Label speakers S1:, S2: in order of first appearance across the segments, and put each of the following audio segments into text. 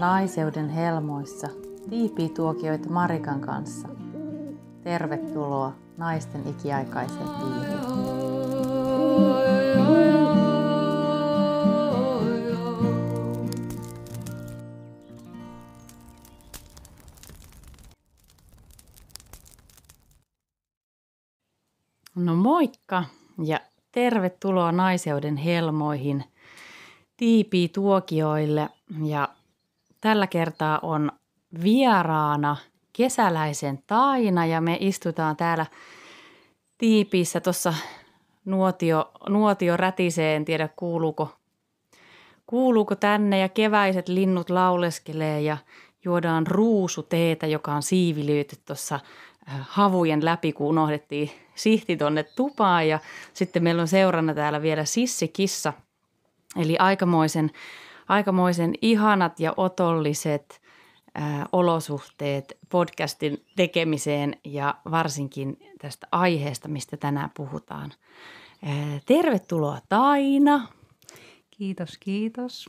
S1: Naiseuden helmoissa tiipii-tuokioita Marikan kanssa. Tervetuloa naisten ikiaikaiseen piiriin. No moikka ja tervetuloa Naiseuden helmoihin tiipii-tuokioille. Ja tällä kertaa on vieraana Kesäläisen Taina ja me istutaan täällä tiipiissä. Tuossa nuotio rätisee, en tiedä kuuluuko tänne, ja keväiset linnut lauleskelee ja juodaan ruusuteetä, joka on siivilyyty tuossa havujen läpi, kun unohdettiin sihti tonne tupaan. Ja sitten meillä on seurana täällä vielä Sissi-kissa, eli aikamoisen ihanat ja otolliset olosuhteet podcastin tekemiseen ja varsinkin tästä aiheesta, mistä tänään puhutaan. Tervetuloa Taina.
S2: Kiitos.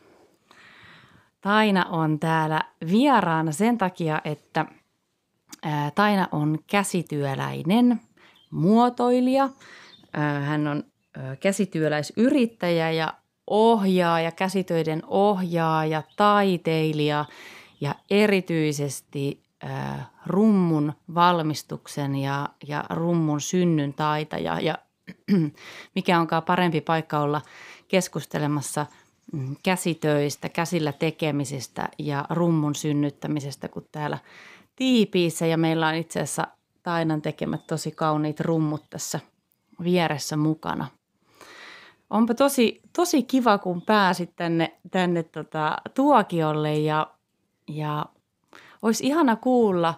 S1: Taina on täällä vieraana sen takia, että Taina on käsityöläinen muotoilija. Hän on käsityöläisyrittäjä ja ohjaaja, käsitöiden ohjaaja, taiteilija ja erityisesti rummun valmistuksen ja rummun synnyn taitaja. Ja mikä onkaan parempi paikka olla keskustelemassa käsitöistä, käsillä tekemisestä ja rummun synnyttämisestä kuin täällä tiipiissä. Ja meillä on itse asiassa Tainan tekemät tosi kauniit rummut tässä vieressä mukana. Onpa tosi kiva, kun pääsit tänne tuokiolle ja olisi ihana kuulla,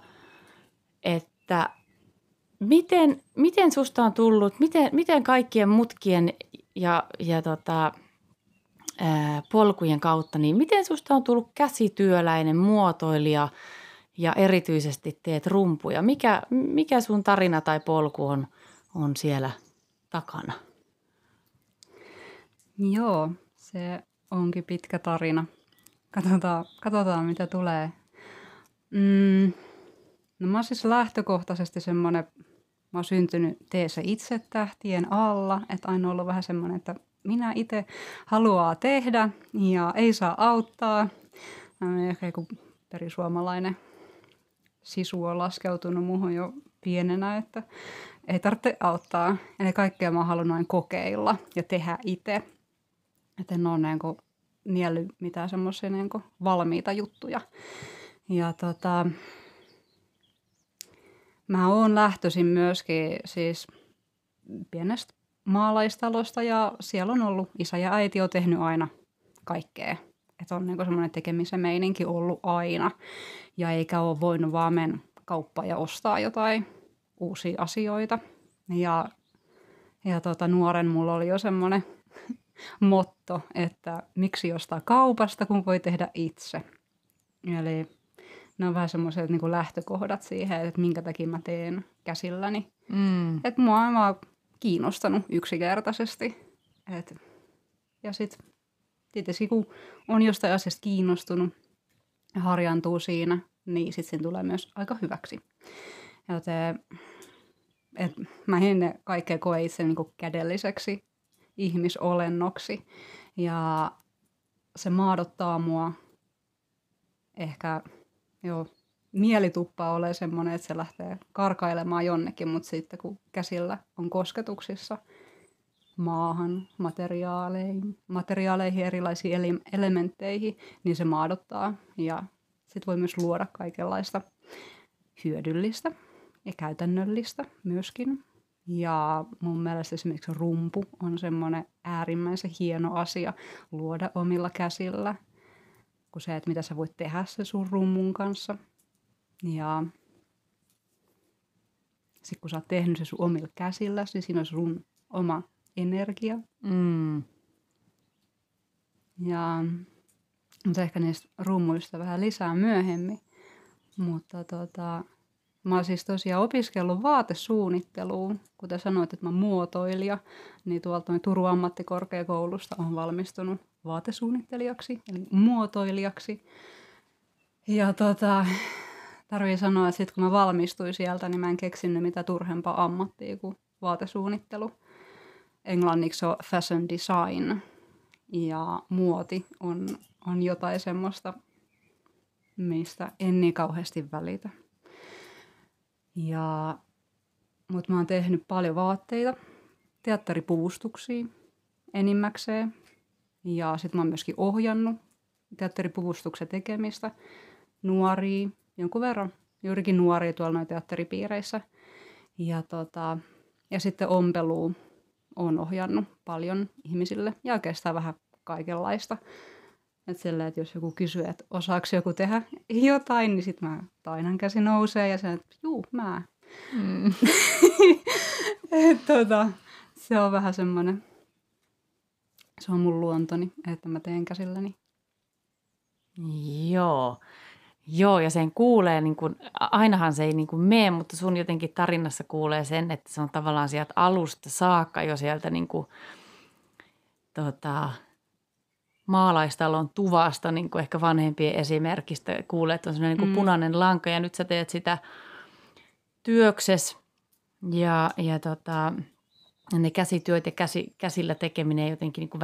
S1: että miten susta on tullut, miten kaikkien mutkien ja polkujen kautta, niin miten susta on tullut käsityöläinen muotoilija ja erityisesti teet rumpuja? Mikä sun tarina tai polku on siellä takana?
S2: Joo, se onkin pitkä tarina. Katsotaan mitä tulee. No mä oon siis lähtökohtaisesti semmoinen, mä oon syntynyt Tee se itse -tähtien alla, että aina ollut vähän semmoinen, että minä itse haluaa tehdä ja ei saa auttaa. Mä olen ehkä joku perisuomalainen sisu on laskeutunut muuhun jo pienenä, että ei tarvitse auttaa. Eli kaikkea mä oon halunnut kokeilla ja tehdä itse. Että en ole niellyt mitään semmoisia valmiita juttuja. Ja mä oon lähtöisin myöskin siis pienestä maalaistalosta ja siellä on ollut isä ja äiti on tehnyt aina kaikkea. Että on semmoinen tekemisen meininki ollut aina ja eikä ole voinut vaan mennä kauppaan ja ostaa jotain uusia asioita. Ja nuoren mulla oli jo semmoinen motto, että miksi ostaa kaupasta, kun voi tehdä itse. Eli ne on vähän semmoiset lähtökohdat siihen, että minkä takia mä teen käsilläni. Että mua on vaan kiinnostanut yksinkertaisesti. Ja sitten tietysti kun on jostain asiasta kiinnostunut ja harjaantuu siinä, niin sitten sen tulee myös aika hyväksi. Joten mä ennen kaikkea koe itse kädelliseksi ihmisolennoksi. Ja se maadottaa mua ehkä mielituppa ole semmoinen, että se lähtee karkailemaan jonnekin, mutta sitten kun käsillä on kosketuksissa maahan, materiaaleihin, erilaisiin elementteihin, niin se maadottaa. Ja sitten voi myös luoda kaikenlaista hyödyllistä ja käytännöllistä myöskin. Ja mun mielestä esimerkiksi rumpu on semmoinen äärimmäisen hieno asia luoda omilla käsillä, kuin se, että mitä sä voit tehdä se sun rummun kanssa. Ja sitten kun sä oot tehnyt se sun omilla käsillä, niin siinä on sun oma energia. Mutta ehkä niistä rummuista vähän lisää myöhemmin. Mutta mä oon siis tosiaan opiskellut vaatesuunnittelua. Kuten sanoit, että mä muotoilija, niin tuolta Turun ammattikorkeakoulusta on valmistunut vaatesuunnittelijaksi, eli muotoilijaksi. Ja tarvii sanoa, että sitten kun mä valmistuin sieltä, niin mä en keksinyt mitään turhempaa ammattia kuin vaatesuunnittelu. Englanniksi se on fashion design ja muoti on jotain semmoista, mistä en niin kauheasti välitä. Mutta mä oon tehnyt paljon vaatteita, teatteripuvustuksia enimmäkseen. Ja sitten mä oon myöskin ohjannut teatteripuvustuksen tekemistä nuoria, jonkun verran, juurikin nuoria tuolla noin teatteripiireissä. Ja sitten ompelua oon ohjannut paljon ihmisille ja oikeastaan vähän kaikenlaista. Että silleen, että jos joku kysyy, että osaako joku tehdä jotain, niin sitten mä tainan käsi nousee ja sanon, että juu, mä. Se on vähän semmoinen, se on mun luontoni, että mä teen käsilläni.
S1: Joo, ja sen kuulee, niin kun, ainahan se ei niin kun mene, mutta sun jotenkin tarinassa kuulee sen, että se on tavallaan sieltä alusta saakka jo sieltä niin kun, maalaistalon tuvasta, niin kuin ehkä vanhempien esimerkistä kuulee, että on sellainen niin kuin punainen lanka ja nyt sä teet sitä työkses ja ne käsityöt ja käsillä tekeminen jotenkin niin kuin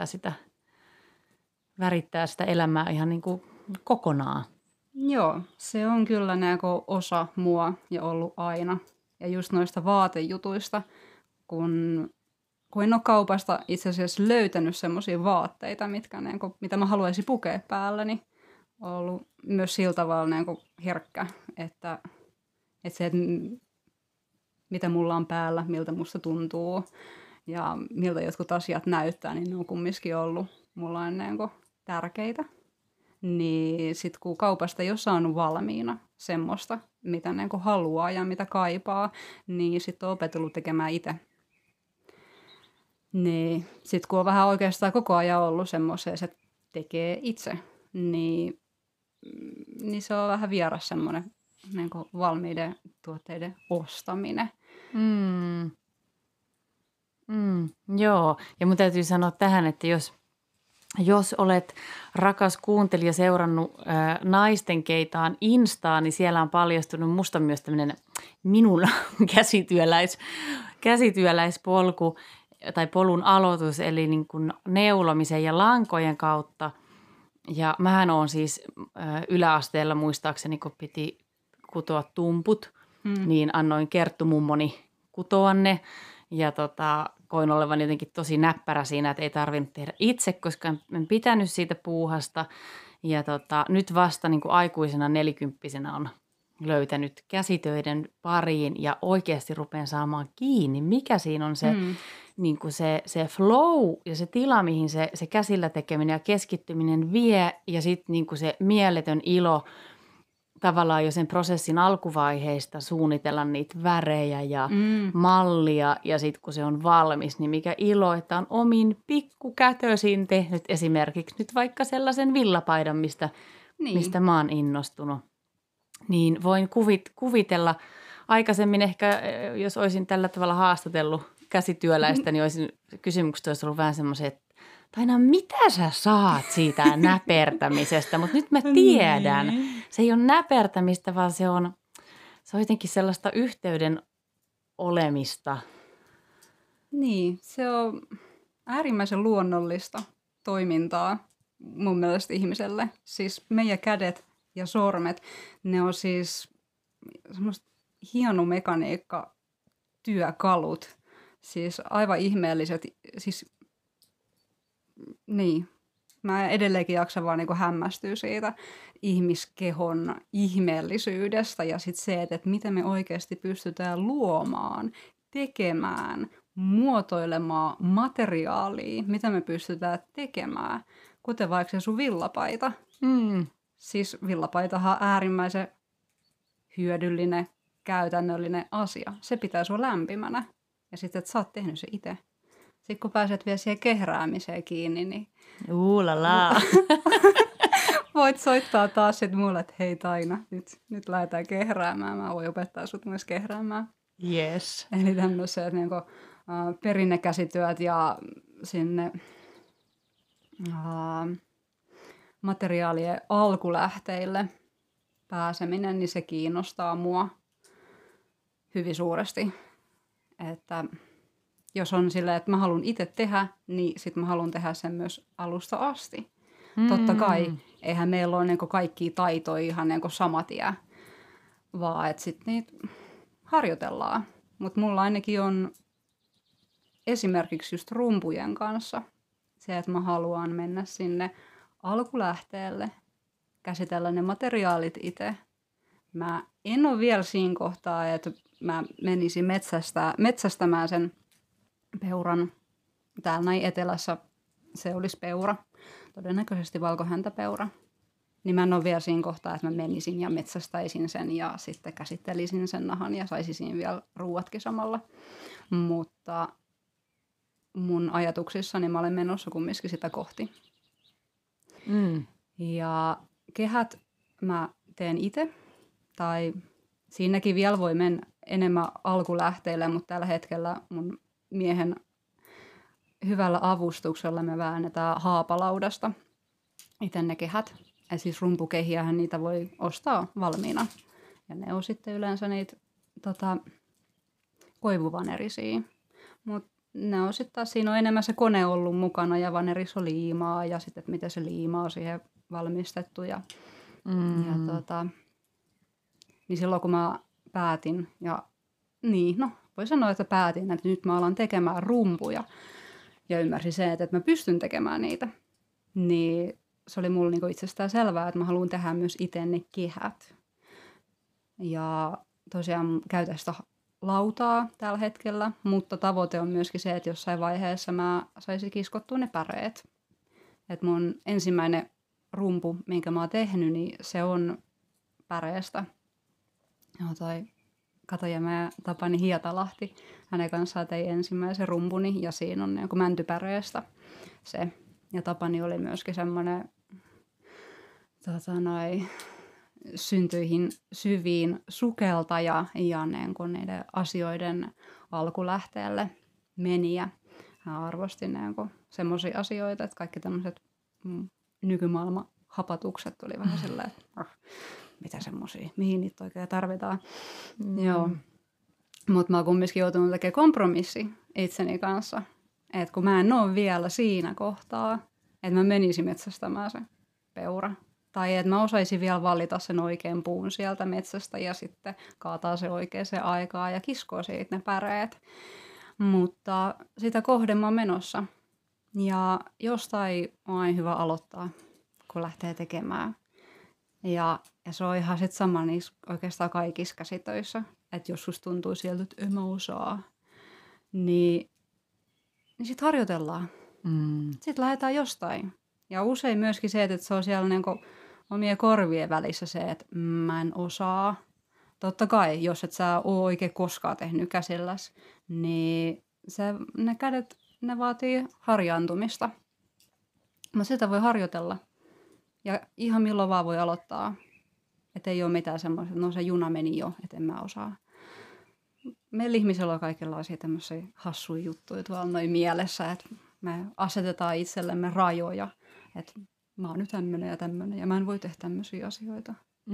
S1: värittää sitä elämää ihan niin kuin kokonaan.
S2: Joo, se on kyllä osa mua ja ollut aina. Ja just noista vaatejutuista, kun en ole kaupasta itse asiassa löytänyt semmoisia vaatteita, mitä mä haluaisin pukea päälläni. On ollut myös sillä tavalla herkkä, että se, mitä mulla on päällä, miltä musta tuntuu ja miltä jotkut asiat näyttää, niin ne on kumminkin ollut mulla tärkeitä. Niin sit kun kaupasta ei ole saanut valmiina semmoista, mitä haluaa ja mitä kaipaa, niin sit on opetellut tekemään itse. Niin sit kun on vähän oikeastaan koko ajan ollut semmoisia, että tekee itse, niin se on vähän vieras semmoinen valmiiden tuotteiden ostaminen.
S1: Joo, ja mun täytyy sanoa tähän, että jos olet rakas kuuntelija seurannut naisten keitaan Instaa, niin siellä on paljastunut musta myös tämmöinen minun käsityöläispolku tai polun aloitus, eli niin kuin neulomisen ja lankojen kautta. Ja mähän on siis yläasteella muistaakseni, kun piti kutoa tumput, niin annoin Kerttu-mummoni kutoa ne. Ja koin olevan jotenkin tosi näppärä siinä, että ei tarvinnut tehdä itse, koska en pitänyt siitä puuhasta. Ja nyt vasta niin kuin aikuisena 40-vuotiaana on löytänyt käsitöiden pariin ja oikeasti rupean saamaan kiinni. Mikä siinä on se, niin kuin se flow ja se tila, mihin se käsillä tekeminen ja keskittyminen vie ja sitten niin kuin se mieletön ilo tavallaan jo sen prosessin alkuvaiheista suunnitella niitä värejä ja mallia ja sitten kun se on valmis, niin mikä ilo, että on omin pikkukätösin tehnyt esimerkiksi nyt vaikka sellaisen villapaidan, mistä mä oon innostunut. Niin voin kuvitella, aikaisemmin ehkä, jos olisin tällä tavalla haastatellut käsityöläistä, niin kysymykset olisi ollut vähän semmoisia, että Taina, mitä sä saat siitä näpertämisestä? Mutta nyt mä tiedän. Se ei ole näpertämistä, vaan se on jotenkin sellaista yhteyden olemista.
S2: Niin, se on äärimmäisen luonnollista toimintaa mun mielestä ihmiselle. Siis meidän kädet ja sormet, ne on siis semmoista hieno mekaniikka työkalut. Siis aivan ihmeelliset, siis niin, mä edelleenkin jaksan vaan hämmästyä siitä ihmiskehon ihmeellisyydestä ja sitten se, että miten me oikeasti pystytään luomaan, tekemään, muotoilemaan materiaalia, mitä me pystytään tekemään, kuten vaikka se sun villapaita. Siis villapaitahan on äärimmäisen hyödyllinen, käytännöllinen asia. Se pitää sua lämpimänä ja sitten, että sä oot tehnyt se itse. Sitten kun pääset vielä siihen kehräämiseen kiinni, niin voit soittaa taas sitten mulle, että hei Taina, nyt lähdetään kehräämään. Mä voin opettaa sut myös kehräämään.
S1: Yes.
S2: Eli tämmöiset perinnekäsityöt ja sinne materiaalien alkulähteille pääseminen, niin se kiinnostaa mua hyvin suuresti. Että jos on silleen, että mä haluan itse tehdä, niin sitten mä haluan tehdä sen myös alusta asti. Totta kai, eihän meillä ole niin kaikkia taitoja ihan niin sama tie, vaan että sitten niitä harjoitellaan. Mutta mulla ainakin on esimerkiksi just rumpujen kanssa se, että mä haluan mennä sinne alkulähteelle, käsitellä ne materiaalit itse. Mä en ole vielä siinä kohtaa, että mä menisin metsästämään sen peuran. Täällä näin etelässä se olisi peura, todennäköisesti valkohäntäpeura. Niin mä en ole vielä siinä kohtaa, että mä menisin ja metsästäisin sen ja sitten käsittelisin sen nahan ja saisin siinä vielä ruuatkin samalla. Mutta mun ajatuksissani mä olen menossa kumminkin sitä kohti. Ja kehät mä teen itse, tai siinäkin vielä voi mennä enemmän alkulähteille, mutta tällä hetkellä mun miehen hyvällä avustuksella me väännetään haapalaudasta itse ne kehät. Ja siis rumpukehiähän niitä voi ostaa valmiina. Ja ne on sitten yleensä niitä koivuvanerisia. Mutta ne on sitten taas, siinä on enemmän se kone ollut mukana ja vaneris on liimaa ja sitten, että miten se liima on siihen valmistettu. Ja niin silloin kun mä päätin, voi sanoa, että päätin, että nyt mä alan tekemään rumpuja ja ymmärsin se, että mä pystyn tekemään niitä, niin se oli mulle niinku itsestään selvää, että mä haluan tehdä myös itse ne kehät. Ja tosiaan käytän sitä lautaa tällä hetkellä, mutta tavoite on myöskin se, että jossain vaiheessa mä saisin kiskottua ne päreet. Että mun ensimmäinen rumpu, minkä mä oon tehnyt, niin se on päreestä. Joo, toi Katajamäen Tapani Hietalahti, hänen kanssaan tein ensimmäisen rumpuni ja siinä on niin mäntypäreestä se. Ja Tapani oli myöskin semmoinen syntyihin syviin sukeltaja ja niin kuin niiden asioiden alkulähteelle meniä. Hän arvosti niin semmoisia asioita, että kaikki tämmöiset nykymaailman hapatukset tuli vähän silleen, että mitä semmoisia, mihin niitä oikein tarvitaan. Joo. Mutta mä oon kumminkin joutunut tekemään kompromissi itseni kanssa. Että kun mä en ole vielä siinä kohtaa, että mä menisin metsästämään se peura. Tai että mä osaisin vielä valita sen oikean puun sieltä metsästä ja sitten kaataa se oikeaan aikaan ja kiskoo siitä ne päreet. Mutta sitä kohden mä oon menossa. Ja jostain on aina hyvä aloittaa, kun lähtee tekemään. Ja se on ihan sitten sama niissä oikeastaan kaikissa käsitöissä. Että joskus tuntuu sieltä, että en mä osaa. Niin sitten harjoitellaan. Sitten lähdetään jostain. Ja usein myöskin se, että se on siellä niinku omien korvien välissä se, että mä en osaa. Totta kai, jos et sä ole oikein koskaan tehnyt käsilläs, niin ne kädet, ne vaatii harjaantumista. Mutta sitä voi harjoitella. Ja ihan milloin vaan voi aloittaa. Että ei ole mitään semmoista, no se juna meni jo, että en mä osaa. Meillä ihmisillä on kaikenlaisia tämmöisiä hassuja juttuja tuolla noin mielessä, että me asetetaan itsellemme rajoja, että mä oon nyt tämmönen ja mä en voi tehdä tämmöisiä asioita.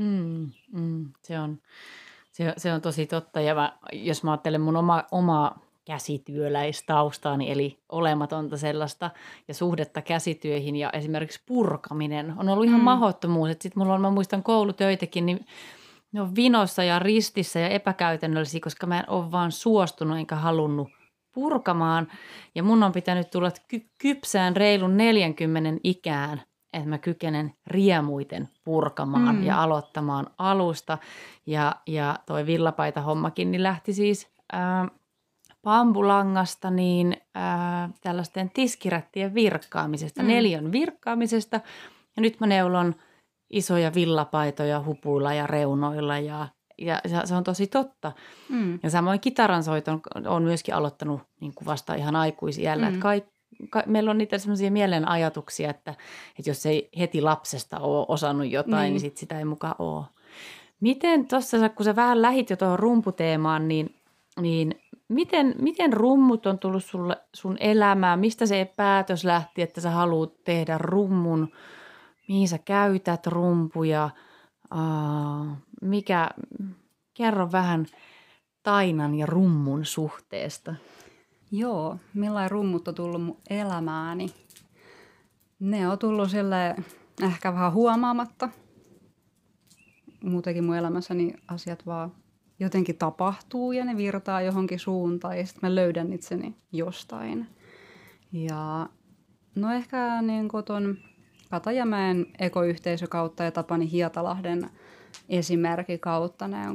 S1: Se on tosi totta. Ja jos mä ajattelen mun omaa käsityöläistaustaani, eli olematonta sellaista ja suhdetta käsityöihin ja esimerkiksi purkaminen on ollut ihan mahdottomuus. Sitten mulla on, mä muistan koulutöitäkin, niin ne on vinossa ja ristissä ja epäkäytännöllisiä, koska mä en ole vaan suostunut enkä halunnut purkamaan. Ja mun on pitänyt tulla kypsään reilun 40 ikään, että mä kykenen riemuiten purkamaan ja aloittamaan alusta. Ja toi villapaita hommakin niin lähti siis bambulangasta niin tällaisten tiskirättien virkkaamisesta, 4 virkkaamisesta. Ja nyt mä neulon isoja villapaitoja hupuilla ja reunoilla ja se on tosi totta. Ja samoin kitaransoiton on myöskin aloittanut niin kuin vasta ihan aikuisiällä. Meillä on niitä sellaisia mielen ajatuksia, että jos ei heti lapsesta ole osannut jotain, niin sit sitä ei mukaan ole. Miten tuossa, kun sä vähän lähit jo tuohon rumputeemaan, niin miten rummut on tullut sulle sun elämään? Mistä se päätös lähti, että sä haluat tehdä rummun? Mihin sä käytät rumpuja? Kerro vähän tainan ja rummun suhteesta.
S2: Joo, millainen rummut on tullut mun elämääni. Ne on tullut silleen ehkä vähän huomaamatta. Muutenkin mun elämässäni asiat vaan jotenkin tapahtuu ja ne virtaa johonkin suuntaan ja sitten mä löydän itseni jostain. Ja no ehkä niin ton Katajamäen ekoyhteisö kautta ja Tapani Hietalahden esimerkki kautta ne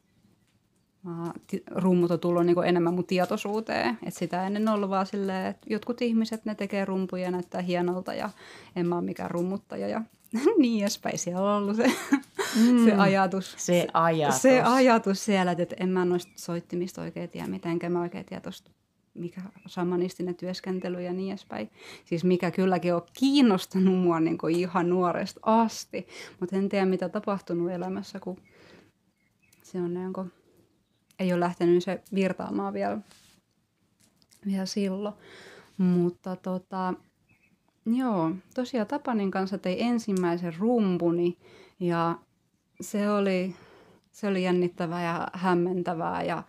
S2: rummut on tullut niin enemmän mun tietoisuuteen. Et sitä ennen ollut vaan silleen, että jotkut ihmiset ne tekee rumpuja ja näyttää hienolta ja en mä ole mikään rummuttaja ja niin edespäin. Siellä on ollut se ajatus. Se ajatus siellä, että en mä noista soittimista oikein tiedä mitään, enkä mä oikein tiedä tosta, mikä samanistinen työskentely ja niin edespäin. Siis mikä kylläkin on kiinnostanut mua niin kuin ihan nuoresta asti, mutta en tiedä mitä tapahtunut elämässä, kun se on niin kuin, ei ole lähtenyt se virtaamaan vielä silloin. Mutta joo, tosiaan Tapanin kanssa tein ensimmäisen rumpuni ja se oli jännittävää ja hämmentävää ja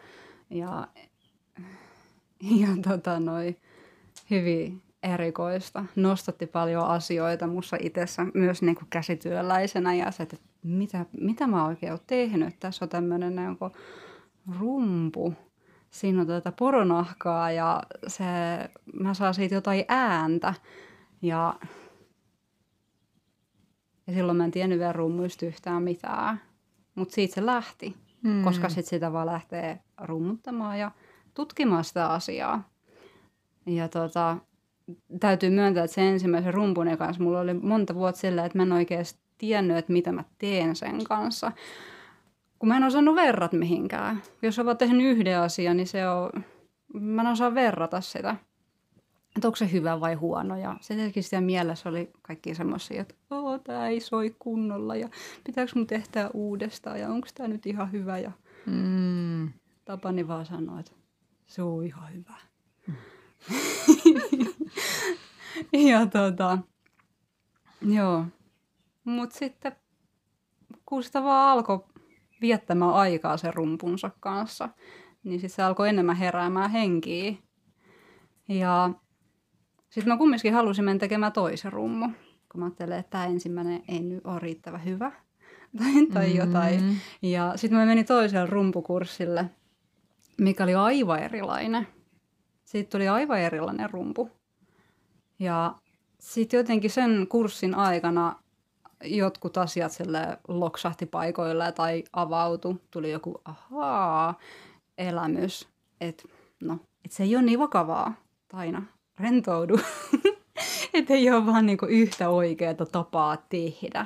S2: hyvin erikoista. Nostatti paljon asioita musta itsessä myös niin kuin käsityöläisenä ja se, että mitä mä oikein olen tehnyt. Tässä on tämmöinen rumpu. Siinä on tätä poronahkaa ja mä saan siitä jotain ääntä. Ja silloin mä en tiennyt vielä rummuista yhtään mitään. Mutta siitä se lähti, koska sit sitä vaan lähtee rummuttamaan ja tutkimaan sitä asiaa. Ja täytyy myöntää, että sen ensimmäisen rumpun kanssa mulla oli monta vuotta sillä, että mä en oikeasti tiennyt, että mitä mä teen sen kanssa. Kun mä en osannut verrata mihinkään. Jos on vaan tehnyt yhden asian, niin mä en osaa verrata sitä. Että onko se hyvä vai huono. Ja se tietenkin siellä mielessä oli kaikki semmoisia, että tää ei soi kunnolla ja pitääkö mun tehdä uudestaan ja onko tää nyt ihan hyvä. Ja Tapani vaan sanoi, että se on ihan hyvä. Ja joo. Mut sitten kun sitä vaan alkoi viettämään aikaa sen rumpunsa kanssa, niin sitten se alkoi enemmän heräämään henkiä. Ja sitten mä kumminkin halusin mennä tekemään toisen rummun, kun mä ajattelin, että tämä ensimmäinen ei nyt ole riittävän hyvä tai jotain. Ja sitten mä menin toiselle rumpukurssille, mikä oli aivan erilainen. Siitä tuli aivan erilainen rumpu. Ja sitten jotenkin sen kurssin aikana jotkut asiat loksahti paikoilla tai avautui. Tuli joku elämys, että se ei ole niin vakavaa. Taina, rentoudu. Että ei ole vaan niinku yhtä oikeaa tapaa tehdä.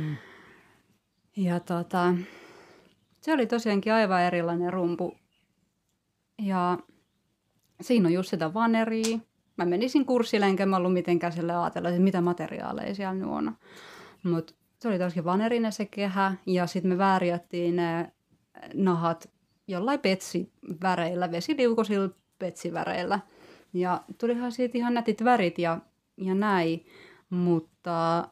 S2: Ja se oli tosiaankin aivan erilainen rumpu. Ja siinä on just sitä vaneria. Mä menisin kurssille, enkä mä ollut mitenkään sille ajatella, että mitä materiaaleja siellä nyt on. Mutta se oli tosiaan vanerinen se kehä. Ja sitten me vääriättiin ne nahat jollain petsiväreillä, vesiliukoisilla petsiväreillä. Ja tulihan siitä ihan nätit värit ja näin. Mutta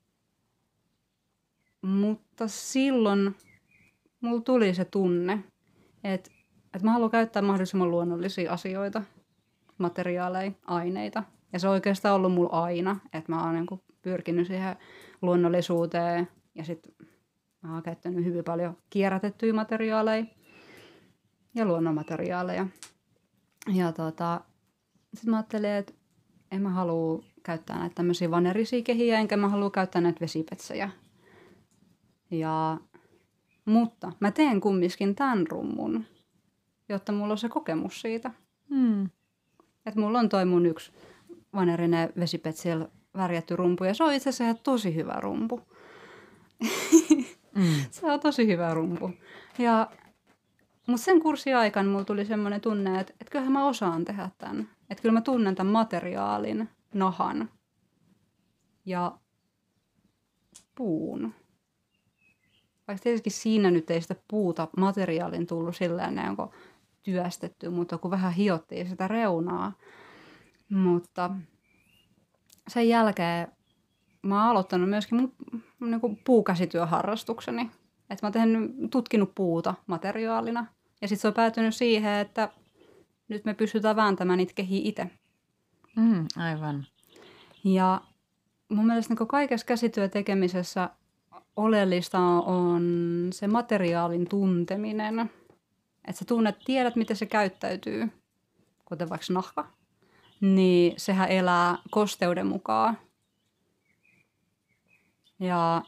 S2: silloin mulla tuli se tunne, että mä haluan käyttää mahdollisimman luonnollisia asioita, materiaaleja, aineita. Ja se on oikeastaan ollut mulla aina, että mä oon niinku pyrkinyt siihen luonnollisuuteen. Ja sitten mä oon käyttänyt hyvin paljon kierrätettyjä materiaaleja ja luonnonmateriaaleja. Ja sitten mä ajattelin, että en mä halua käyttää näitä tämmöisiä vanerisia kehiä, enkä mä halua käyttää näitä vesipetsejä. Mutta mä teen kumminkin tämän rummun, jotta mulla on se kokemus siitä. Että mulla on toi mun yksi vanerinen vesipetsillä värjätty rumpu, ja se on itse asiassa ihan tosi hyvä rumpu. Se on tosi hyvä rumpu. Mutta sen kurssin aikana mulla tuli semmoinen tunne, että kyllähän mä osaan tehdä tämän. Että kyllä mä tunnen tämän materiaalin, nahan ja puun. Vaikka tietenkin siinä nyt ei sitä puuta materiaalin tullut silleen työstetty, mutta kun vähän hiottiin sitä reunaa. Mutta sen jälkeen mä oon aloittanut myöskin mun niin kuin puukäsityöharrastukseni. Että mä oon tutkinut puuta materiaalina. Ja sitten se on päätynyt siihen, että nyt me pystytään vääntämään niitä kehiä itse.
S1: Aivan. Ja
S2: mun mielestä niin kaikessa käsityötekemisessä oleellista on se materiaalin tunteminen. Että sä tiedät, miten se käyttäytyy, kuten vaikka nahka, niin sehän elää kosteuden mukaan. Ja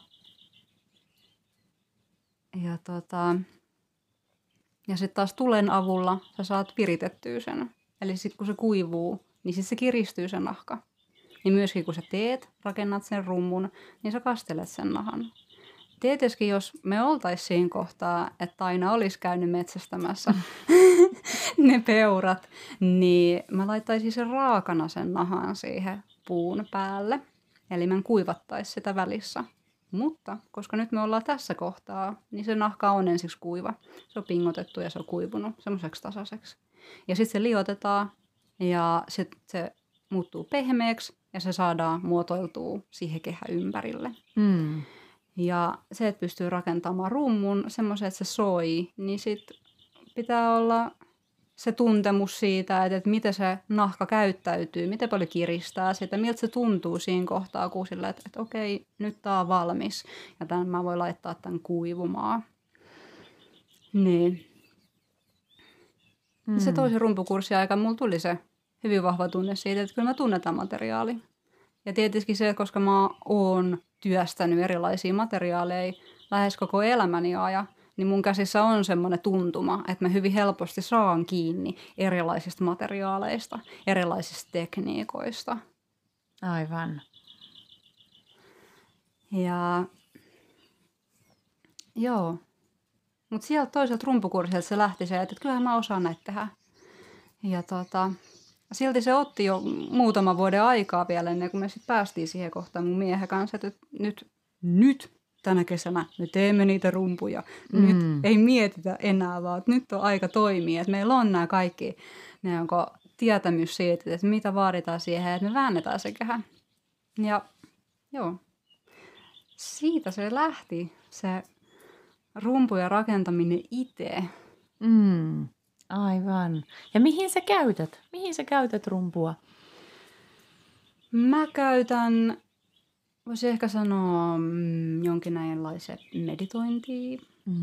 S2: sitten taas tulen avulla sä saat viritettyä sen. Eli sitten kun se kuivuu, niin sitten se kiristyy se nahka. Niin myöskin kun sä rakennat sen rummun, niin sä kastelet sen nahan. Tietysti jos me oltaisiin siinä kohtaa, että aina olisi käynyt metsästämässä ne peurat, niin mä laittaisin sen raakana sen nahan siihen puun päälle. Eli mä en kuivattaisi sitä välissä. Mutta koska nyt me ollaan tässä kohtaa, niin se nahka on ensiksi kuiva. Se on pingotettu ja se on kuivunut semmoiseksi tasaiseksi. Ja sitten se liotetaan ja sitten se muuttuu pehmeäksi ja se saadaan muotoiltua siihen kehän ympärille. Ja se, että pystyy rakentamaan rummun semmoisen, että se soi, niin sitten pitää olla se tuntemus siitä, että miten se nahka käyttäytyy, miten paljon kiristää sitä, miltä se tuntuu siinä kohtaa, kun sillä, että okei, nyt tää on valmis ja tämän mä voin laittaa tämän kuivumaan. Niin. Se toisen rumpukurssin aikana mulla tuli se hyvin vahva tunne siitä, että kyllä mä tunnetaan materiaali. Ja tietysti se, koska mä oon työstänyt erilaisia materiaaleja lähes koko elämäni ajan, niin mun käsissä on semmoinen tuntuma, että mä hyvin helposti saan kiinni erilaisista materiaaleista, erilaisista tekniikoista.
S1: Aivan.
S2: Ja joo. Mutta sieltä toiselta rumpukurssilta se lähti se, että kyllähän mä osaan näitä tehdä. Ja silti se otti jo muutaman vuoden aikaa vielä ennen kuin me sitten päästiin siihen kohtaan mun miehen kanssa, että nyt tänä kesänä me teemme niitä rumpuja. Nyt ei mietitä enää, vaan nyt on aika toimia. Että meillä on nämä kaikki tietämys siitä, että mitä vaaditaan siihen, että me väännetään se kehä. Ja joo, siitä se lähti, se rumpujen rakentaminen itse.
S1: Aivan. Ja mihin sä käytät? Mihin sä käytät rumpua?
S2: Mä käytän, voisin ehkä sanoa, jonkinlaisen meditointia.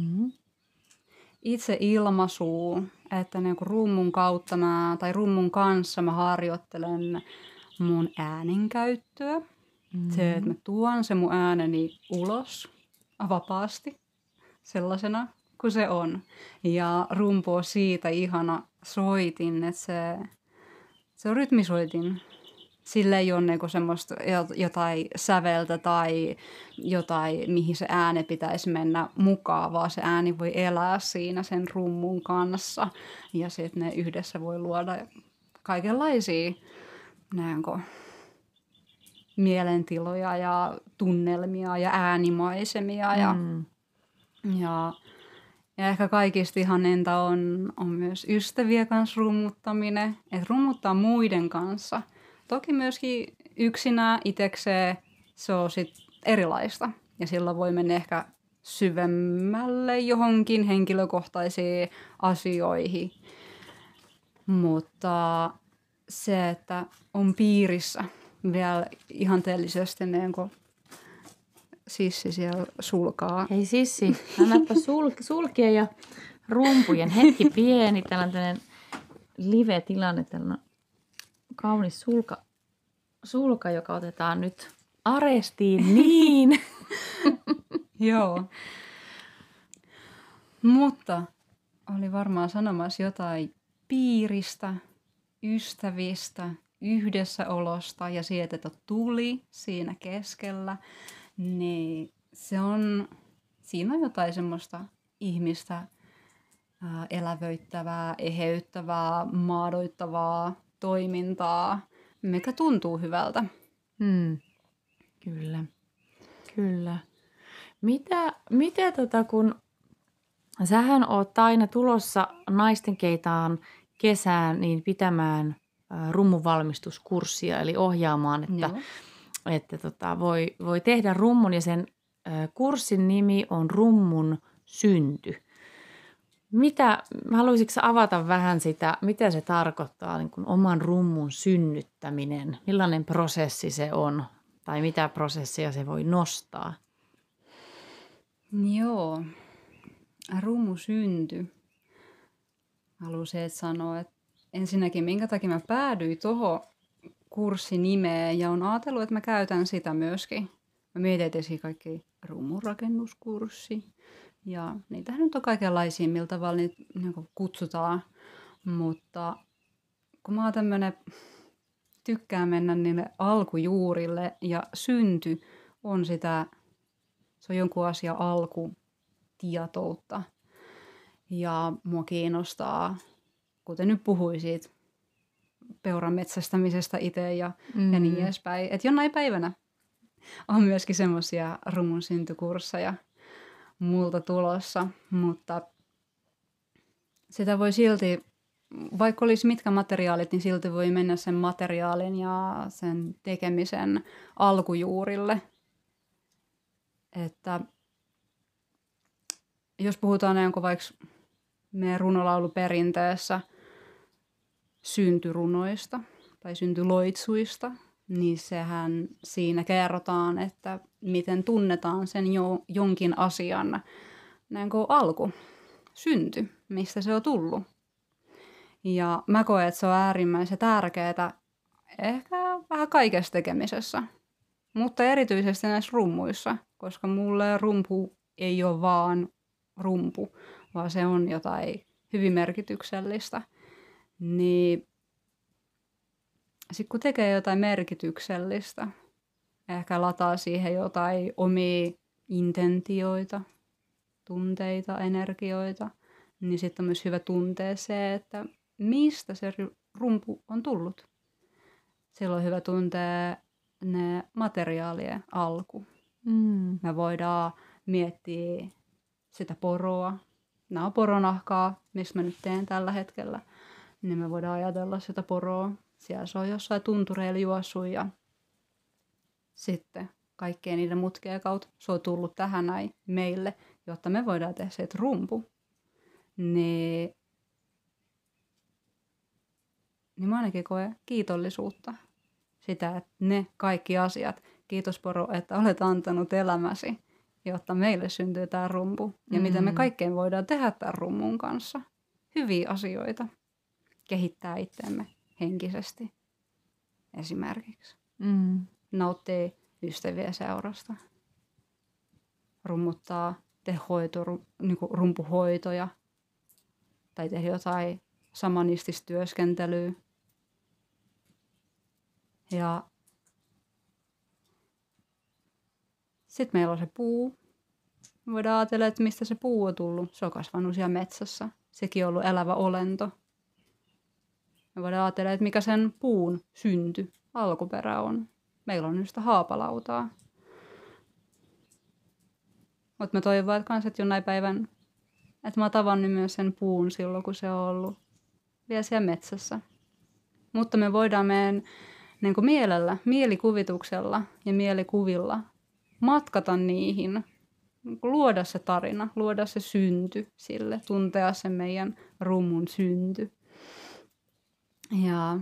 S2: Itse ilmaisua, että niinku rummun kautta rummun kanssa mä harjoittelen mun äänenkäyttöä. Se, että mä tuon se mun ääneni ulos vapaasti sellaisena kuin se on. Ja rumpu on siitä ihana soitin, että se on rytmisoitin. Sillä ei ole niinku semmoista jotain säveltä tai jotain, mihin se ääni pitäisi mennä mukaan, vaan se ääni voi elää siinä sen rummun kanssa. Ja sitten ne yhdessä voi luoda kaikenlaisia mielentiloja ja tunnelmia ja äänimaisemia. Ja ehkä kaikista ihaneinta on myös ystävien kanssa rummuttaminen, että rummuttaa muiden kanssa. Toki myöskin yksinään itsekseen se on sit erilaista ja silloin voi mennä ehkä syvemmälle johonkin henkilökohtaisiin asioihin. Mutta se, että on piirissä vielä ihanteellisesti kun Sissi siellä sulkaa.
S1: Hei Sissi, annappa sulkea ja rumpujen. Hetki pieni, tällainen live-tilanne, tällainen kaunis sulka, joka otetaan nyt arestiin. Niin.
S2: Joo. Mutta oli varmaan sanomassa jotain piiristä, ystävistä, yhdessäolosta ja siitä, että tuli siinä keskellä. Niin siinä on jotain semmoista ihmistä elävöittävää, eheyttävää, maadoittavaa toimintaa, mikä tuntuu hyvältä.
S1: Kyllä. Mitä kun sähän oot aina tulossa naisten keitaan kesään niin pitämään rummunvalmistuskurssia, eli ohjaamaan, että että voi tehdä rummun ja sen kurssin nimi on Rummun synty. Haluaisitko avata vähän sitä, mitä se tarkoittaa niin kuin oman rummun synnyttäminen? Millainen prosessi se on tai mitä prosessia se voi nostaa?
S2: Joo, rummusynty. Haluaisin sanoa, että ensinnäkin minkä takia mä päädyin tuohon kurssinimeen ja on ajatellut, että mä käytän sitä myöskin. Mä mietin etsin kaikki rummunrakennuskurssi ja niitähän nyt on kaikenlaisia, millä tavalla niitä niin kutsutaan. Mutta kun mä oon tämmönen, tykkään mennä niille alkujuurille ja synty on sitä, se on jonkun asian alkutietoutta. Ja mua kiinnostaa, kuten nyt puhuin siitä peuran metsästämisestä itse ja niin edespäin. Että jonain päivänä on myöskin semmoisia rummun syntykursseja multa tulossa, mutta sitä voi silti, vaikka olisi mitkä materiaalit, niin silti voi mennä sen materiaalin ja sen tekemisen alkujuurille. Että jos puhutaan jonkun vaikka meidän runolauluperinteessä syntyrunoista tai syntyloitsuista, niin sehän siinä kerrotaan, että miten tunnetaan sen jonkin asian näin kuin alku, synty, mistä se on tullut. Ja mä koen, että se on äärimmäisen tärkeää ehkä vähän kaikessa tekemisessä, mutta erityisesti näissä rummuissa, koska mulle rumpu ei ole vaan rumpu, vaan se on jotain hyvin merkityksellistä. Niin sitten kun tekee jotain merkityksellistä, ehkä lataa siihen jotain omia intentioita, tunteita, energioita, niin sitten on myös hyvä tuntea se, että mistä se rumpu on tullut. Silloin on hyvä tuntea ne materiaalien alku. Me voidaan miettiä sitä poroa. Nämä on poronahkaa, mistä mä nyt teen tällä hetkellä. Niin me voidaan ajatella sitä poroa. Siellä se on jossain tuntureilla juossut ja sitten kaikkien niiden mutkien kautta se on tullut tähän näin meille, jotta me voidaan tehdä se rumpu. Niin mä ainakin koen kiitollisuutta sitä, että ne kaikki asiat, kiitos poro, että olet antanut elämäsi, jotta meille syntyy tämä rumpu. Ja mitä me kaikkeen voidaan tehdä tämän rummun kanssa. Hyviä asioita. Kehittää itseämme henkisesti esimerkiksi. Nauttii ystävien seurasta. Rummuttaa, tehdä rumpuhoitoja. Tai tehdä jotain samanistista työskentelyä. Ja sitten meillä on se puu. Me voidaan ajatella, että mistä se puu on tullut. Se on kasvanut siellä metsässä. Sekin on ollut elävä olento. Me voidaan ajatella, että mikä sen puun synty, alkuperä on. Meillä on nyt sitä haapalautaa. Mutta mä toivon, että jonain päivän, että mä oon tavannut myös sen puun silloin, kun se on ollut vielä siellä metsässä. Mutta me voidaan meidän niin kuin mielikuvituksella ja mielikuvilla matkata niihin, luoda se tarina, luoda se synty sille, tuntea se meidän rummun synty. Ja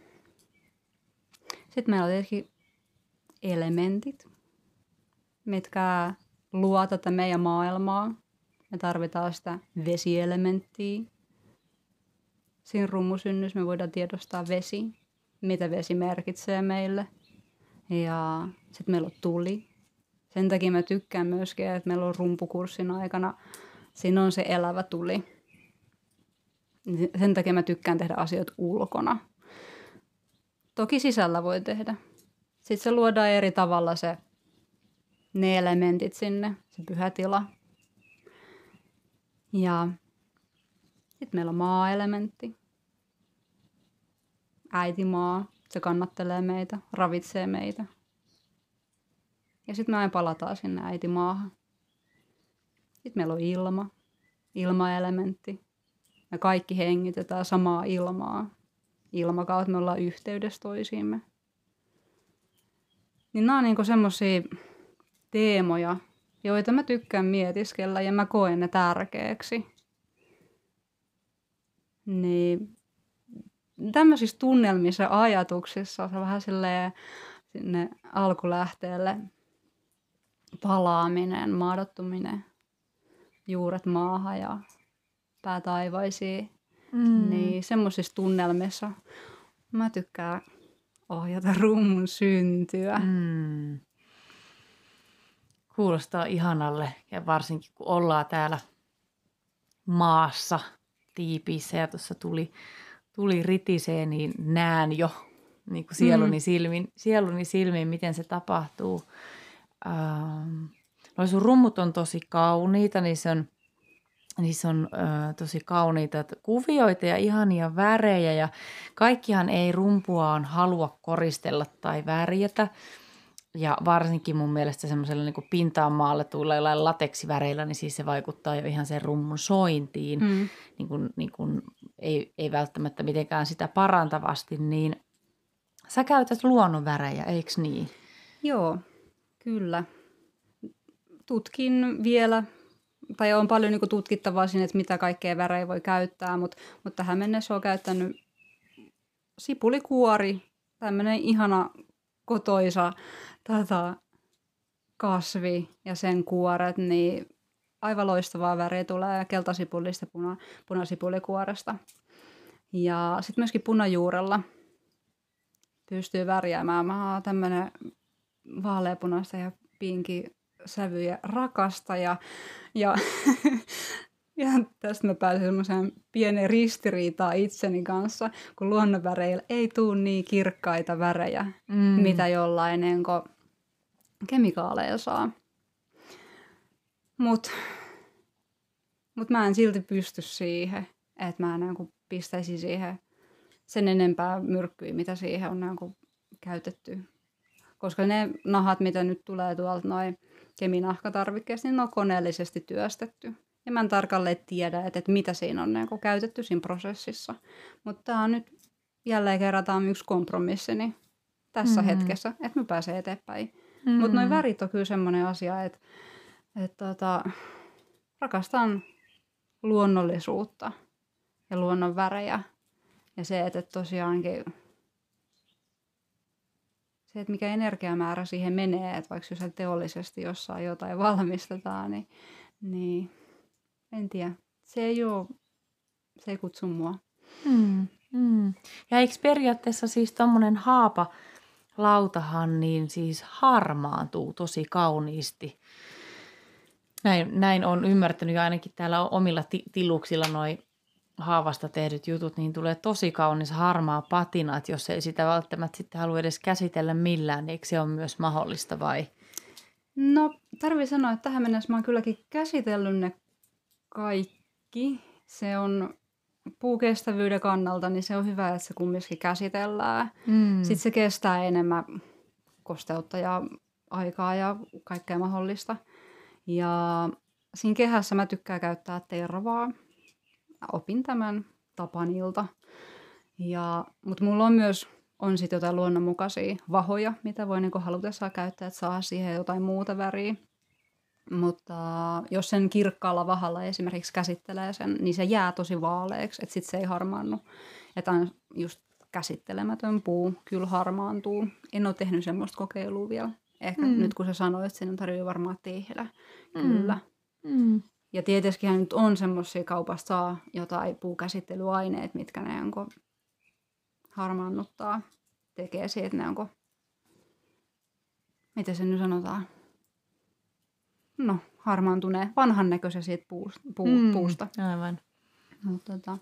S2: sitten meillä on tietenkin elementit, mitkä luo tätä meidän maailmaa. Me tarvitaan sitä vesielementtiä. Siinä rummusynnyssä me voidaan tiedostaa vesi, mitä vesi merkitsee meille. Ja sitten meillä on tuli. Sen takia mä tykkään myöskin, että meillä on rumpukurssin aikana, siinä on se elävä tuli. Sen takia mä tykkään tehdä asioita ulkona. Toki sisällä voi tehdä. Sitten se luodaan eri tavalla ne elementit sinne, se pyhä tila. Ja sitten meillä on maa-elementti. Äitimaa, se kannattelee meitä, ravitsee meitä. Ja sitten me aina palataan sinne äitimaahan. Sitten meillä on ilmaelementti. Me kaikki hengitetään samaa ilmaa. Ilmakautta me ollaan yhteydessä toisiimme. Niin nämä on niinku semmoisia teemoja, joita mä tykkään mietiskellä ja mä koen ne tärkeäksi. Niin tämmöisissä tunnelmissa ja ajatuksissa se vähän silleen sinne alkulähteelle palaaminen, maadottuminen, juuret maahan ja pää taivaisiin. Niin semmoisissa tunnelmissa mä tykkään ohjata rummun syntyä.
S1: Kuulostaa ihanalle ja varsinkin kun ollaan täällä maassa tiipiissä ja tuossa tuli ritisee, niin näen jo niin kuin sieluni silmin, miten se tapahtuu. No sun rummut on tosi kauniita, niissä on tosi kauniita kuvioita ja ihania värejä ja kaikkihan ei rumpuaan halua koristella tai värjätä. Ja varsinkin mun mielestä semmoisella niin kuin pintaan maaletuilla jollain lateksiväreillä, niin siis se vaikuttaa jo ihan sen rummun sointiin, niin kuin ei välttämättä mitenkään sitä parantavasti, niin sä käytät luonnonvärejä, eikö niin?
S2: Joo, kyllä. Tutkin vielä, tai on paljon niin kuin tutkittavaa siinä, että mitä kaikkea värejä voi käyttää, mutta tähän mennessä olen käyttänyt sipulikuori, tämmöinen ihana kotoisa kasvi ja sen kuoret, niin aivan loistavaa väriä tulee keltasipulista punasipulikuoresta. Ja sitten myöskin punajuurella pystyy värjäämään. Mä oon tämmönen vaaleapunaista ja pinki sävyjä rakasta ja ja tästä mä pääsin semmoiseen pienen ristiriitaan itseni kanssa, kun luonnonväreillä ei tule niin kirkkaita värejä, mitä jollain kemikaaleilla saa. Mut mä en silti pysty siihen, että mä pistäisin siihen sen enempää myrkkyä, mitä siihen on käytetty. Koska ne nahat, mitä nyt tulee tuolta noin keminahkatarvikkeista, niin ne on koneellisesti työstetty. Ja mä en tarkalleen tiedä, että mitä siinä on käytetty siinä prosessissa. Mutta tämä on nyt jälleen kerran yksi kompromissini tässä hetkessä, että mä pääsen eteenpäin. Mutta noin värit on kyllä semmoinen asia, että rakastan luonnollisuutta ja luonnon värejä. Ja se, että tosiaankin se, että mikä energiamäärä siihen menee, että vaikka jos teollisesti jossain jotain valmistetaan, niin en tiedä. Se ei kutsu mua.
S1: Ja eikö periaatteessa siis tommonen haapalautahan niin siis harmaantuu tosi kauniisti? Näin on ymmärtänyt ja ainakin täällä omilla tiluksilla noi haavasta tehdyt jutut, niin tulee tosi kaunis harmaa patina, että jos ei sitä välttämättä sitten halua edes käsitellä millään, niin eikö se ole myös mahdollista vai?
S2: No tarvii sanoa, että tähän mennessä mä oon kylläkin käsitellyt ne kaikki. Se on puukestävyyden kannalta, niin se on hyvä, että se kumminkin käsitellään. Sitten se kestää enemmän kosteutta ja aikaa ja kaikkea mahdollista. Ja siinä kehässä mä tykkään käyttää tervaa. Opin tämän Tapanilta. Mutta mulla on sitten jotain luonnonmukaisia vahoja, mitä voi halutessaan käyttää, että saa siihen jotain muuta väriä. Mutta jos sen kirkkaalla vahalla esimerkiksi käsittelee sen, niin se jää tosi vaaleaksi, että sitten se ei harmaannu. Että on just käsittelemätön puu kyllä harmaantuu. En ole tehnyt semmoista kokeilua vielä. Ehkä nyt kun sä sanoit, että sinun tarvitsee varmaan tehdä. Kyllä. Ja tietystihän nyt on semmoisia kaupasta saa jotain puukäsittelyaineet, mitkä ne harmaannuttaa. Tekee siitä, että ne miten se nyt sanotaan? No, harmaantuneen vanhan näköisen siitä puusta.
S1: Aivan.
S2: Mutta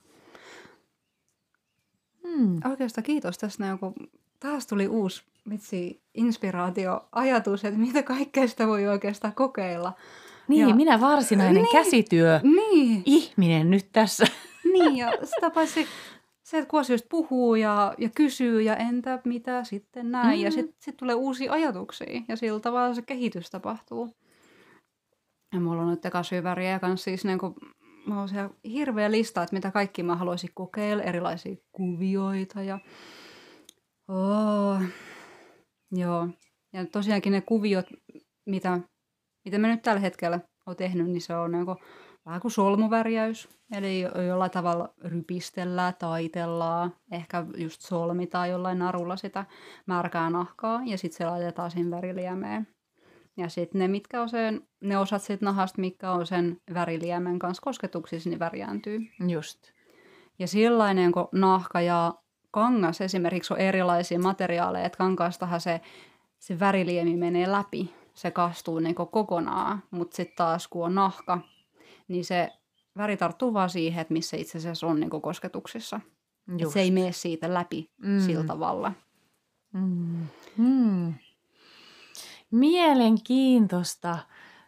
S2: oikeastaan kiitos tästä. Taas tuli uusi inspiraatioajatus, että mitä kaikkea sitä voi oikeastaan kokeilla.
S1: Niin, minä varsinainen käsityö ihminen nyt tässä.
S2: Niin, ja sitä paitsi se, että kun asioista puhuu ja kysyy ja entä mitä sitten näin. Ja sitten tulee uusia ajatuksia ja sillä tavalla se kehitys tapahtuu. Ja mulla on nyt kasviväriä kanssa siis mä oon siellä hirveä lista, että mitä kaikki mä haluaisin kokeilla, erilaisia kuvioita ja joo. Ja Ja tosiaankin ne kuviot, mitä mä nyt tällä hetkellä olen tehnyt, niin se on niinku vähän kuin solmuvärjäys. Eli jollain tavalla rypistellään, taitellaan, ehkä just solmitaan jollain narulla sitä märkää nahkaa ja sitten se laitetaan siinä väriliemeen. Ja sitten ne osat siitä nahasta, mitkä on sen väriliemen kanssa kosketuksissa, niin värjääntyy.
S1: Just.
S2: Ja sillainen, kun nahka ja kangas esimerkiksi on erilaisia materiaaleja, että kankaastahan se väriliemi menee läpi, se kastuu niin kokonaan, mutta sitten taas kun on nahka, niin se väri tarttuu vaan siihen, että missä itse asiassa on niin kosketuksissa. Se ei mene siitä läpi sillä tavalla.
S1: Mielenkiintoista.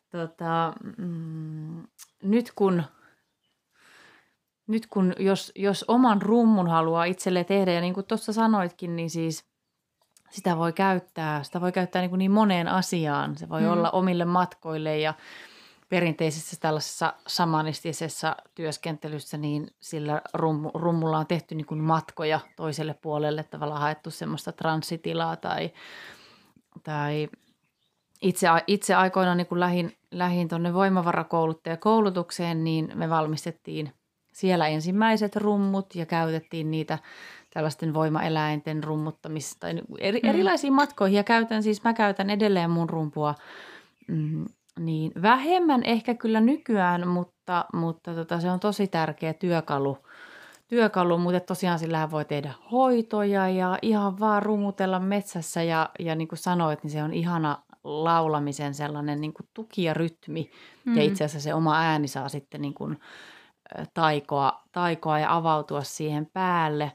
S1: Nyt kun jos oman rummun haluaa itselle tehdä, ja niin kuin tuossa sanoitkin, niin siis sitä voi käyttää niin moneen asiaan. Se voi olla omille matkoille ja perinteisessä tällaisessa shamanistisessa työskentelyssä, niin sillä rummulla on tehty niin kuin matkoja toiselle puolelle, tavallaan haettu semmoista transsitilaa tai itse aikoinaan niin kun lähin tuonne voimavarakouluttajakoulutukseen, niin me valmistettiin siellä ensimmäiset rummut ja käytettiin niitä tällaisten voimaeläinten rummuttamista tai erilaisiin matkoihin. Ja mä käytän edelleen mun rumpua niin vähemmän ehkä kyllä nykyään, mutta se on tosi tärkeä työkalu, mutta tosiaan sillähän voi tehdä hoitoja ja ihan vaan rummutella metsässä ja niin kuin sanoit, niin se on ihana laulamisen sellainen niin kuin tuki ja rytmi ja itse asiassa se oma ääni saa sitten niin kuin taikoa ja avautua siihen päälle.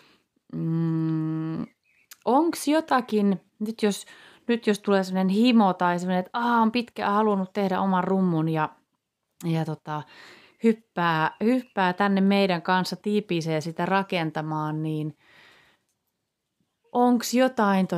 S1: Onko jotakin, nyt jos tulee sellainen himo tai sellainen, että on pitkään halunnut tehdä oman rummun ja hyppää tänne meidän kanssa tiipiiseen sitä rakentamaan, niin onko jotain,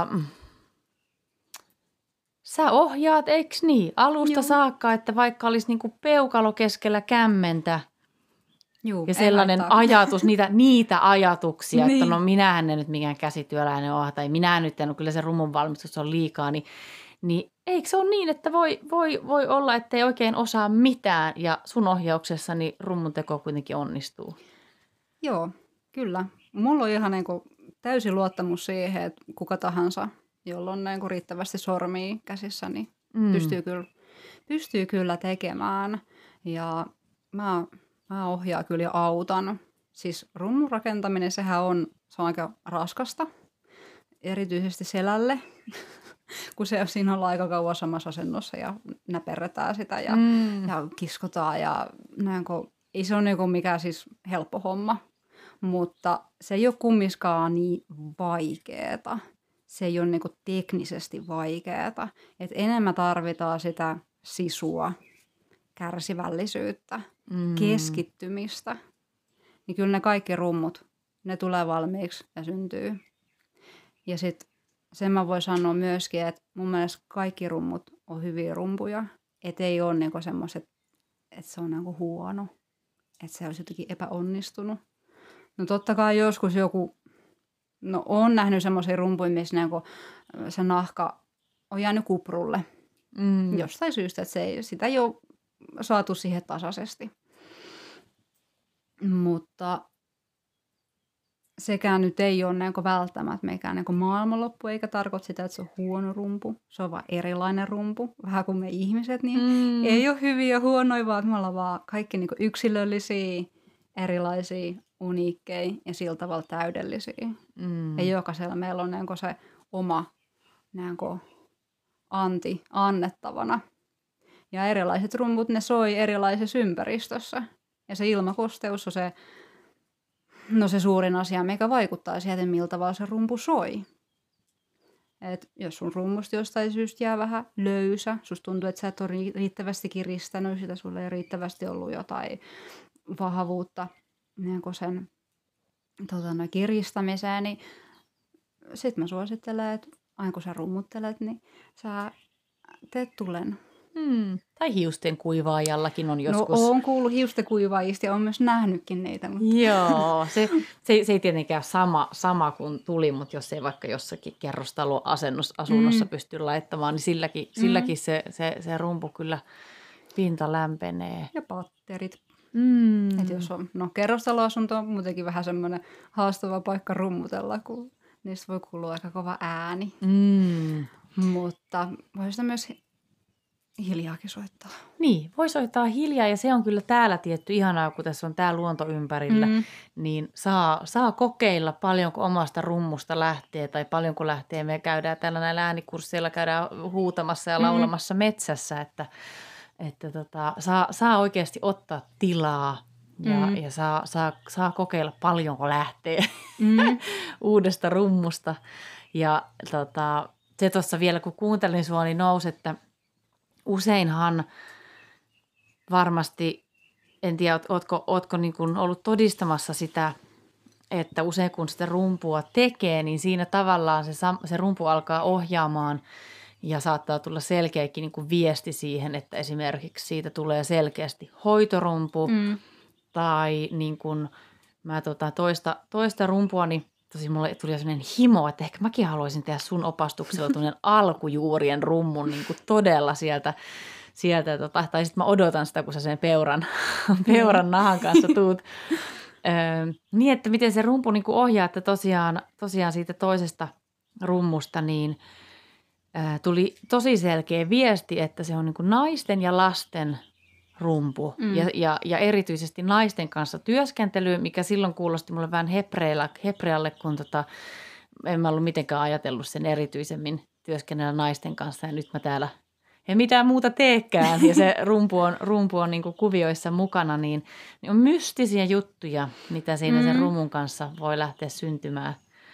S1: sä ohjaat, eikö niin, alusta saakka, että vaikka olisi niinku peukalo keskellä kämmentä ja sellainen ajatus, niitä ajatuksia, niin. Että no minähän en nyt mikään käsityöläinen ole tai minä nyt en, kyllä se rummun valmistus on liikaa, niin eikö se ole niin, että voi olla, että ei oikein osaa mitään ja sun ohjauksessani rummun teko kuitenkin onnistuu?
S2: Joo, kyllä. Mulla on ihan täysi luottamus siihen, että kuka tahansa, jolla on riittävästi sormia käsissä, niin pystyy kyllä tekemään. Ja mä ohjaan kyllä ja autan. Siis rummun rakentaminen, se on aika raskasta, erityisesti selälle. Kun siinä ollaan aika kauan samassa asennossa ja näperretään sitä ja kiskotaan. Ja ei se ole mikään siis helppo homma, mutta se ei ole kumminkaan niin vaikeeta. Se ei ole teknisesti vaikeeta. Et enemmän tarvitaan sitä sisua, kärsivällisyyttä, keskittymistä. Niin kyllä ne kaikki rummut, ne tulee valmiiksi ja syntyy. Ja sitten sen mä voin sanoa myöskin, että mun mielestä kaikki rummut on hyviä rumpuja. Että ei ole semmoiset, että se on huono. Että se olisi jotenkin epäonnistunut. No totta kai joskus on nähnyt semmoisia rumpuja, missä se nahka on jäänyt kuprulle. Jostain syystä, että sitä ei ole saatu siihen tasaisesti. Mutta sekään nyt ei ole välttämättä mikään maailmanloppu, eikä tarkoita sitä, että se on huono rumpu. Se on vaan erilainen rumpu. Vähän kuin me ihmiset, niin ei ole hyviä ja huonoja, vaan me ollaan vaan kaikki yksilöllisiä, erilaisia, uniikkeja ja sillä tavalla täydellisiä. Ja jokaisella meillä on se oma anti annettavana. Ja erilaiset rumput, ne soi erilaisessa ympäristössä. Ja se ilmakosteus on se suurin asia, mikä vaikuttaa siihen, miltä tavalla se rumpu soi. Et jos sun rummusta jostain syystä jää vähän löysä, susta tuntuu, että sä et ole riittävästi kiristänyt sitä, sulla ei riittävästi ollut jotain vahvuutta sen kiristämiseen, niin sit mä suosittelen, että aina kun sä rummuttelet, niin sä teet tulen.
S1: Tai hiusten kuivaajallakin on
S2: No
S1: joskus.
S2: oon kuullut hiustekuivaajista ja oon myös nähnytkin niitä. Mutta...
S1: Joo, se ei tietenkään sama kuin tuli, mutta jos ei vaikka jossakin kerrostaloasunnossa pysty laittamaan, niin silläkin se rumpu kyllä pinta lämpenee.
S2: Ja patterit. Että jos on, kerrostaloasunto on muutenkin vähän semmoinen haastava paikka rummutella, kun niistä voi kuulua aika kova ääni. Mutta voi sitä myös hiljaakin soittaa.
S1: Niin, voi soittaa hiljaa ja se on kyllä täällä tietty ihanaa, kun tässä on tää luonto ympärillä, niin saa kokeilla paljonko omasta rummusta lähtee tai paljonko lähtee. Me käydään täällä näillä äänikursseilla, käydään huutamassa ja laulamassa metsässä, että saa oikeasti ottaa tilaa ja saa kokeilla paljonko lähtee uudesta rummusta. Ja se tuossa vielä, kun kuuntelin sua, niin nousi, että useinhan varmasti, en tiedä, ootko niin kuin ollut todistamassa sitä, että usein kun sitä rumpua tekee, niin siinä tavallaan se rumpu alkaa ohjaamaan ja saattaa tulla selkeäkin niin kuin viesti siihen, että esimerkiksi siitä tulee selkeästi hoitorumpu tai niin kuin mä toista rumpua, niin tosi mulle tuli sellainen himo, että ehkä mäkin haluaisin tehdä sun opastuksella tuollainen alkujuurien rummun niin kuin todella sieltä tai sitten mä odotan sitä, kun sä sen peuran nahan kanssa tuut. Niin, että miten se rumpu niin kuin ohjaa, että tosiaan siitä toisesta rummusta niin tuli tosi selkeä viesti, että se on niin kuin naisten ja lasten rumpu ja erityisesti naisten kanssa työskentely, mikä silloin kuulosti mulle vähän hebrealle, kun en mä ollut mitenkään ajatellut sen erityisemmin työskennellä naisten kanssa ja nyt mä täällä en mitään muuta teekään ja se rumpu on niin kuin kuvioissa mukana, niin on mystisiä juttuja, mitä siinä sen rumun kanssa voi lähteä syntymään.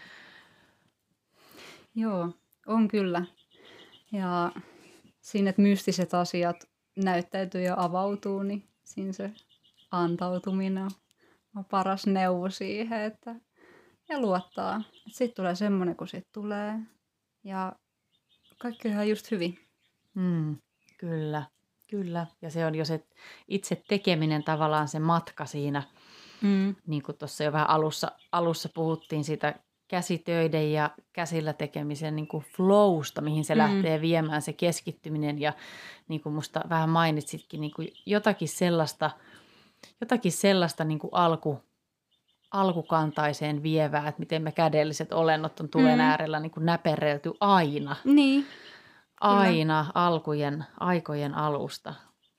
S2: Joo, on kyllä. Ja siinä, että mystiset asiat näyttäytyy ja avautuu, niin siinä se antautuminen on paras neuvo siihen, ja luottaa. Sitten tulee semmoinen, kun sitten tulee. Ja kaikki on ihan just hyvin.
S1: Kyllä. Ja se on jo se itse tekeminen tavallaan se matka siinä, niin kuin tuossa jo vähän alussa puhuttiin siitä käsitöiden ja käsillä tekemisen niin kuin flowsta, mihin se lähtee viemään se keskittyminen ja niin kuin musta vähän mainitsitkin, niin kuin jotakin sellaista niin kuin alkukantaiseen vievää, että miten me kädelliset olennot on tulen äärellä niin kuin näperelty aina.
S2: Niin.
S1: Aina aikojen alusta.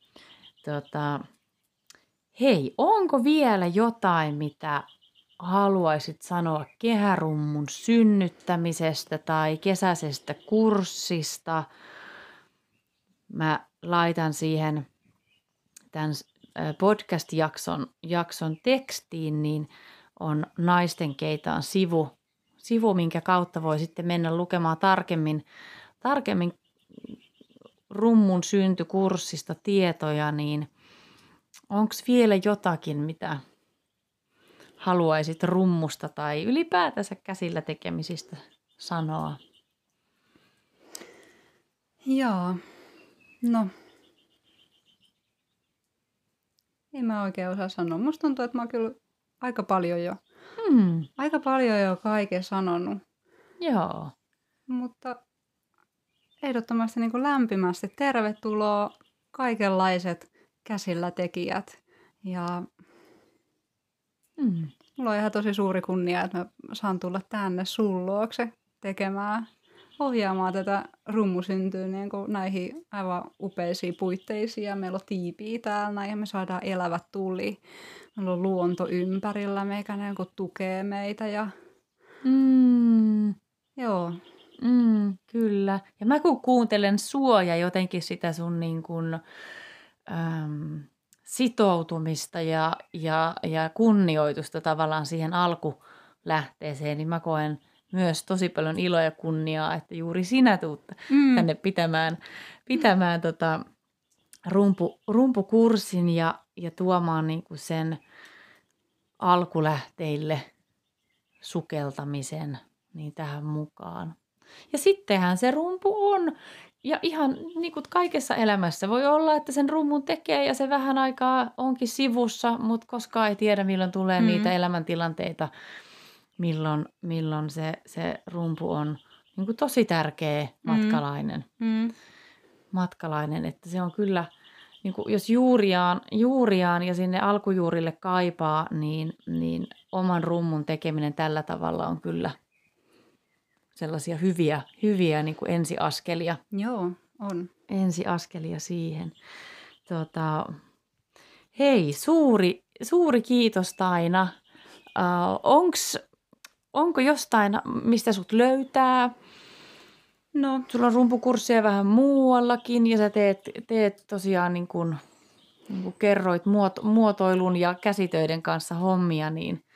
S1: Hei, onko vielä jotain, mitä haluaisit sanoa kehärummun synnyttämisestä tai kesäisestä kurssista? Mä laitan siihen tämän podcast-jakson tekstiin, niin on Naisten Keitaan sivu, minkä kautta voi sitten mennä lukemaan tarkemmin rummun syntykurssista tietoja, niin onko vielä jotakin, mitä haluaisit rummusta tai ylipäätänsä käsillä tekemisistä sanoa?
S2: Joo, no en mä oikein osaa sanoa. Musta tuntuu, että mä oon kyllä aika paljon jo kaiken sanonut.
S1: Joo.
S2: Mutta ehdottomasti niin kuin lämpimästi tervetuloa kaikenlaiset käsillä tekijät. Ja mulla on ihan tosi suuri kunnia, että mä saan tulla tänne sun luokse ohjaamaan tätä rummusyntyä niin kuin näihin aivan upeisiin puitteisiin. Ja meillä on tiipiä täällä ja me saadaan elävä tuli. Meillä on luonto ympärillä, meikä ne tukee meitä. Ja... Joo.
S1: Kyllä. Ja mä kun kuuntelen sua ja jotenkin sitä sun niin kuin, sitoutumista ja kunnioitusta tavallaan siihen alkulähteeseen, niin mä koen myös tosi paljon iloa ja kunniaa, että juuri sinä tuut tänne pitämään rumpukurssin ja tuomaan niin kuin sen alkulähteille sukeltamisen niin tähän mukaan. Ja sittenhän se rumpu on ja ihan niin kuin kaikessa elämässä voi olla, että sen rummun tekee ja se vähän aikaa onkin sivussa, mutta koskaan ei tiedä, milloin tulee niitä elämäntilanteita, milloin se rumpu on niin kuin tosi tärkeä matkalainen, että se on kyllä, niin kuin jos juuriaan ja sinne alkujuurille kaipaa, niin oman rummun tekeminen tällä tavalla on kyllä sellaisia hyviä niin kuin ensiaskelia.
S2: Joo, on.
S1: Ensiaskelia siihen. Hei, suuri kiitos Taina. Onko jostain, mistä sut löytää?
S2: No,
S1: Sulla on rumpukursseja vähän muuallakin ja sä teet tosiaan niin kuin kerroit muotoilun ja käsitöiden kanssa hommia. Niin.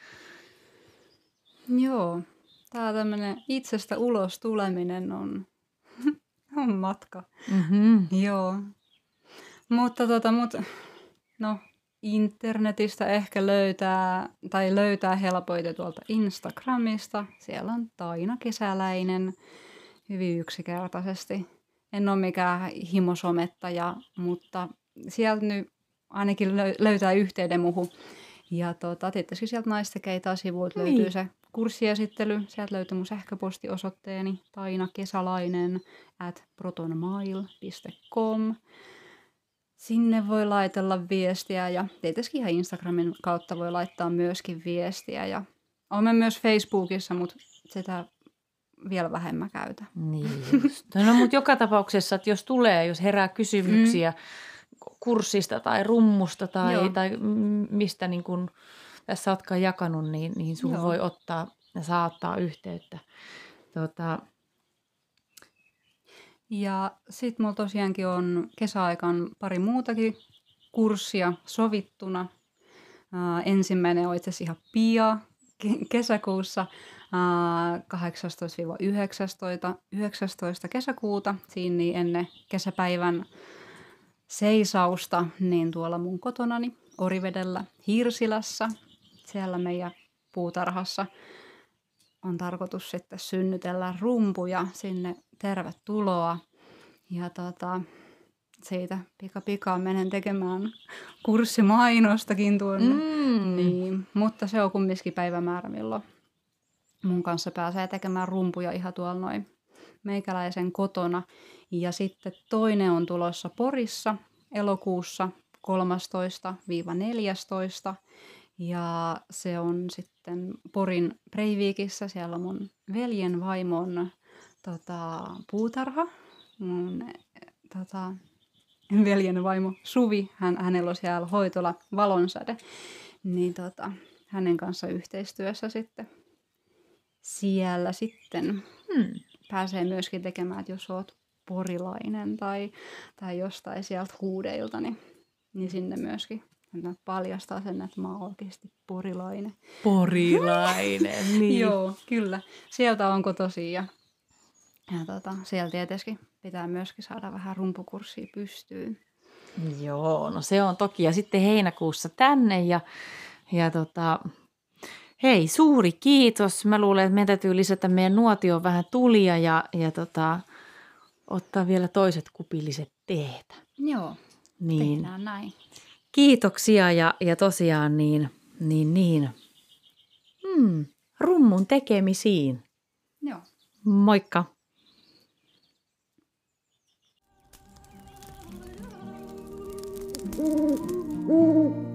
S2: joo. Tää tämmönen itsestä ulos tuleminen on matka.
S1: Mm-hmm.
S2: Joo. Mutta no, internetistä ehkä löytää helpoiten tuolta Instagramista. Siellä on Taina Kesäläinen hyvin yksinkertaisesti. En ole mikään himosomettaja, mutta sieltä nyt ainakin löytää yhteyden muuhun. Ja tietysti sieltä Naistekeita-sivuilta löytyy se kurssiesittely. Sieltä löytyy mun sähköpostiosoitteeni tainakesalainen@protonmail.com. Sinne voi laitella viestiä ja tietysti ihan Instagramin kautta voi laittaa myöskin viestiä. Ja olemme myös Facebookissa, mutta sitä vielä vähemmän käytä.
S1: Niin just. No mutta joka tapauksessa, että jos herää kysymyksiä kurssista tai rummusta tai mistä niin kun tässä ootkaan jakanut, niin sun voi ottaa ja saa ottaa yhteyttä.
S2: Ja sitten mulla tosiaankin on kesäaikaan pari muutakin kurssia sovittuna. Ensimmäinen on itse asiassa ihan pian kesäkuussa 18-19 kesäkuuta. Siinä niin ennen kesäpäivän seisausta niin tuolla mun kotonani Orivedellä Hirsilässä. Siellä meidän puutarhassa on tarkoitus sitten synnytellä rumpuja sinne. Tervetuloa. Ja siitä pika menen tekemään kurssimainostakin tuonne. Niin, mutta se on kumminkin päivämäärä, milloin mun kanssa pääsee tekemään rumpuja ihan tuolla noin meikäläisen kotona. Ja sitten toinen on tulossa Porissa elokuussa 13-14. Ja se on sitten Porin Breivikissä. Siellä on mun veljen vaimon puutarha. Mun veljen vaimo Suvi, hänellä on siellä hoitola Valonsäde. Niin hänen kanssa yhteistyössä sitten siellä sitten pääsee myöskin tekemään, että jos oot porilainen tai jostain sieltä huudeilta, niin sinne myöskin paljastaa sen, että mä oon oikeasti porilainen.
S1: Porilainen, niin.
S2: Joo, kyllä. Sieltä on kotoisin ja siellä tietysti pitää myöskin saada vähän rumpukurssia pystyyn.
S1: Joo, no se on toki. Ja sitten heinäkuussa tänne hei, suuri kiitos. Mä luulen, että meidän täytyy lisätä meidän nuotioon vähän tulia ja ottaa vielä toiset kupilliset teetä.
S2: Joo,
S1: niin.
S2: Tehdään näin.
S1: Kiitoksia ja tosiaan rummun tekemisiin.
S2: Joo.
S1: Moikka.
S3: Mm-hmm.